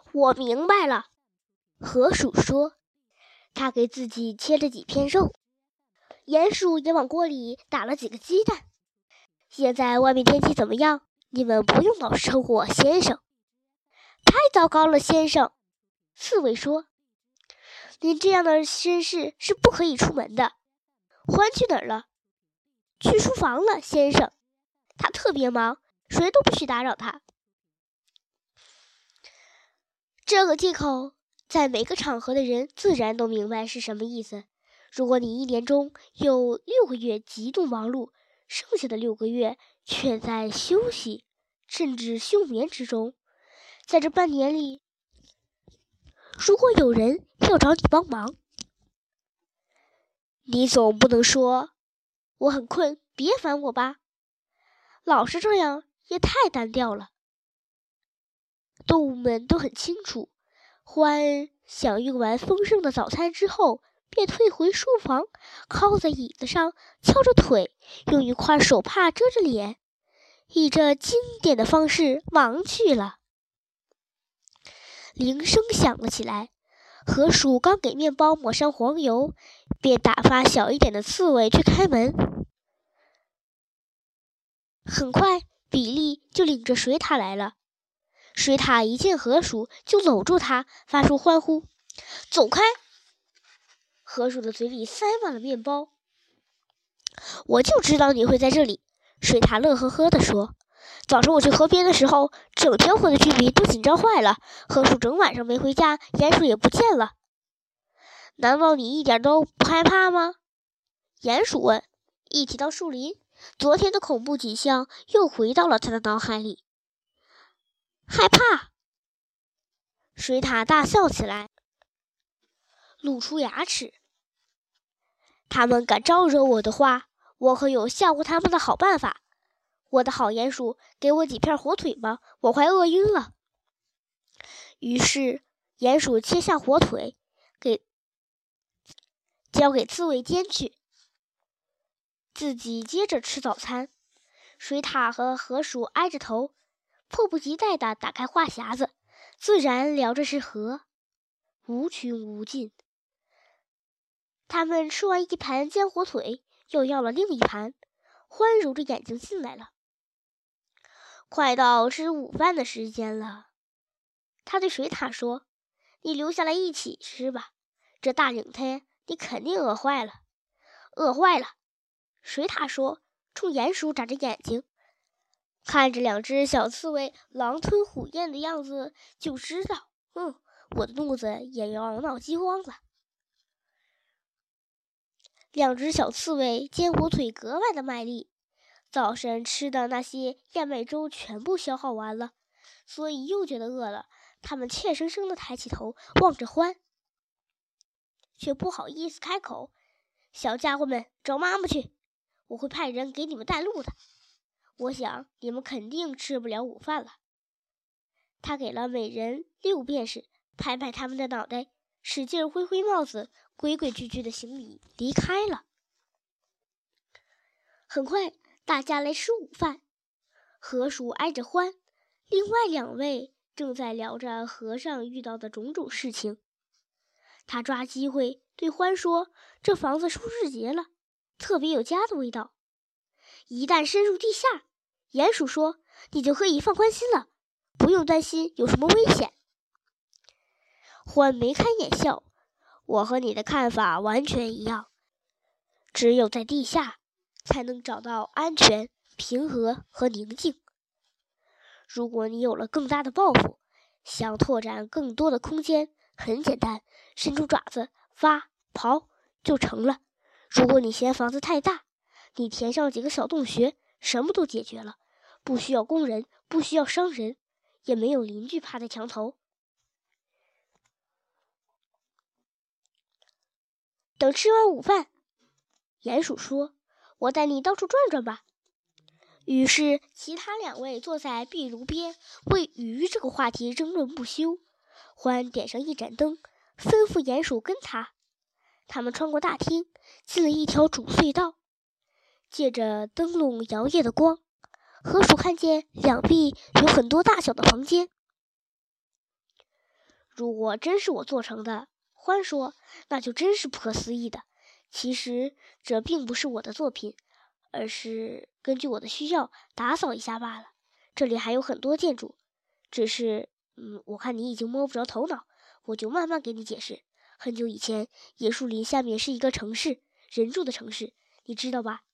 我明白了，河鼠说。他给自己切了几片肉，鼹鼠也往锅里打了几个鸡蛋。现在外面天气怎么样？你们不用老是称呼我先生。太糟糕了，先生，刺猬说。您这样的绅士是不可以出门的。獾去哪儿了？去书房了，先生。他特别忙，谁都不许打扰他。这个借口在每个场合的人自然都明白是什么意思。如果你一年中有6个月极度忙碌，剩下的6个月却在休息甚至休眠之中，在这半年里，如果有人要找你帮忙，你总不能说我很困，别烦我吧。老是这样也太单调了。动物们都很清楚，獾享用完丰盛的早餐之后，便退回书房，靠在椅子上，翘着腿，用一块手帕遮着脸，以这经典的方式忙去了。铃声响了起来，河鼠刚给面包抹上黄油，便打发小一点的刺猬去开门。很快，比利就领着水獭来了。水獭一见河鼠就搂住它，发出欢呼：“走开！”河鼠的嘴里塞满了面包。“我就知道你会在这里。”水獭乐呵呵地说。“早上我去河边的时候，整条河的居民都紧张坏了。河鼠整晚上没回家，鼹鼠也不见了。难道你一点都不害怕吗？”鼹鼠问。一提到树林，昨天的恐怖景象又回到了他的脑海里。害怕！水獭大笑起来，露出牙齿。他们敢招惹我的话，我可有吓唬他们的好办法。我的好鼹鼠，给我几片火腿吧，我快饿晕了。于是鼹鼠切下火腿，交给刺猬煎去，自己接着吃早餐。水獭和河鼠挨着头，迫不及待地打开话匣子，自然聊着是河，无穷无尽。他们吃完一盘煎火腿，又要了另一盘。獾揉着眼睛进来了。快到吃午饭的时间了，他对水獭说：“你留下来一起吃吧，这大冷天你肯定饿坏了。”“饿坏了。”水獭说，冲鼹鼠眨着眼睛。看着2只小刺猬狼吞虎咽的样子，就知道，我的肚子也要闹饥荒了。2只小刺猬煎火腿格外的卖力，早晨吃的那些燕麦粥全部消耗完了，所以又觉得饿了。他们怯生生地抬起头望着獾，却不好意思开口：“小家伙们，找妈妈去，我会派人给你们带路的。我想你们肯定吃不了午饭了。”他给了每人6便士，拍拍他们的脑袋，使劲挥挥帽子，规规矩矩的行礼离开了。很快，大家来吃午饭。河鼠挨着獾，另外2位正在聊着河上遇到的种种事情。他抓机会对獾说：“这房子舒适极了，特别有家的味道。一旦深入地下，鼹鼠说，你就可以放宽心了，不用担心有什么危险。”獾眉开眼笑：“我和你的看法完全一样，只有在地下才能找到安全、平和和宁静。如果你有了更大的抱负，想拓展更多的空间，很简单，伸出爪子挖刨就成了。如果你嫌房子太大，你填上几个小洞穴，什么都解决了，不需要工人，不需要商人，也没有邻居趴在墙头。等吃完午饭，鼹鼠说：“我带你到处转转吧。”于是其他2位坐在壁炉边，为鱼这个话题争论不休。獾点上一盏灯，吩咐鼹鼠跟他。他们穿过大厅，进了一条主隧道。借着灯笼摇曳的光，河鼠看见2壁有很多大小的房间。 如果真是我做成的，獾说，那就真是不可思议的。其实这并不是我的作品，而是根据我的需要打扫一下罢了。这里还有很多建筑，只是我看你已经摸不着头脑，我就慢慢给你解释。很久以前，椰树林下面是一个城市，人住的城市，你知道吧？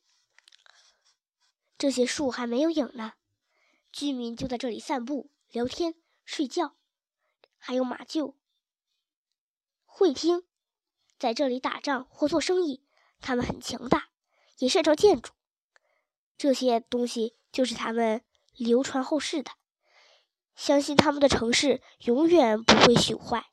这些树还没有影呢，居民就在这里散步、聊天、睡觉，还有马厩、会厅，在这里打仗或做生意。他们很强大，也擅长建筑。这些东西就是他们流传后世的，相信他们的城市永远不会朽坏。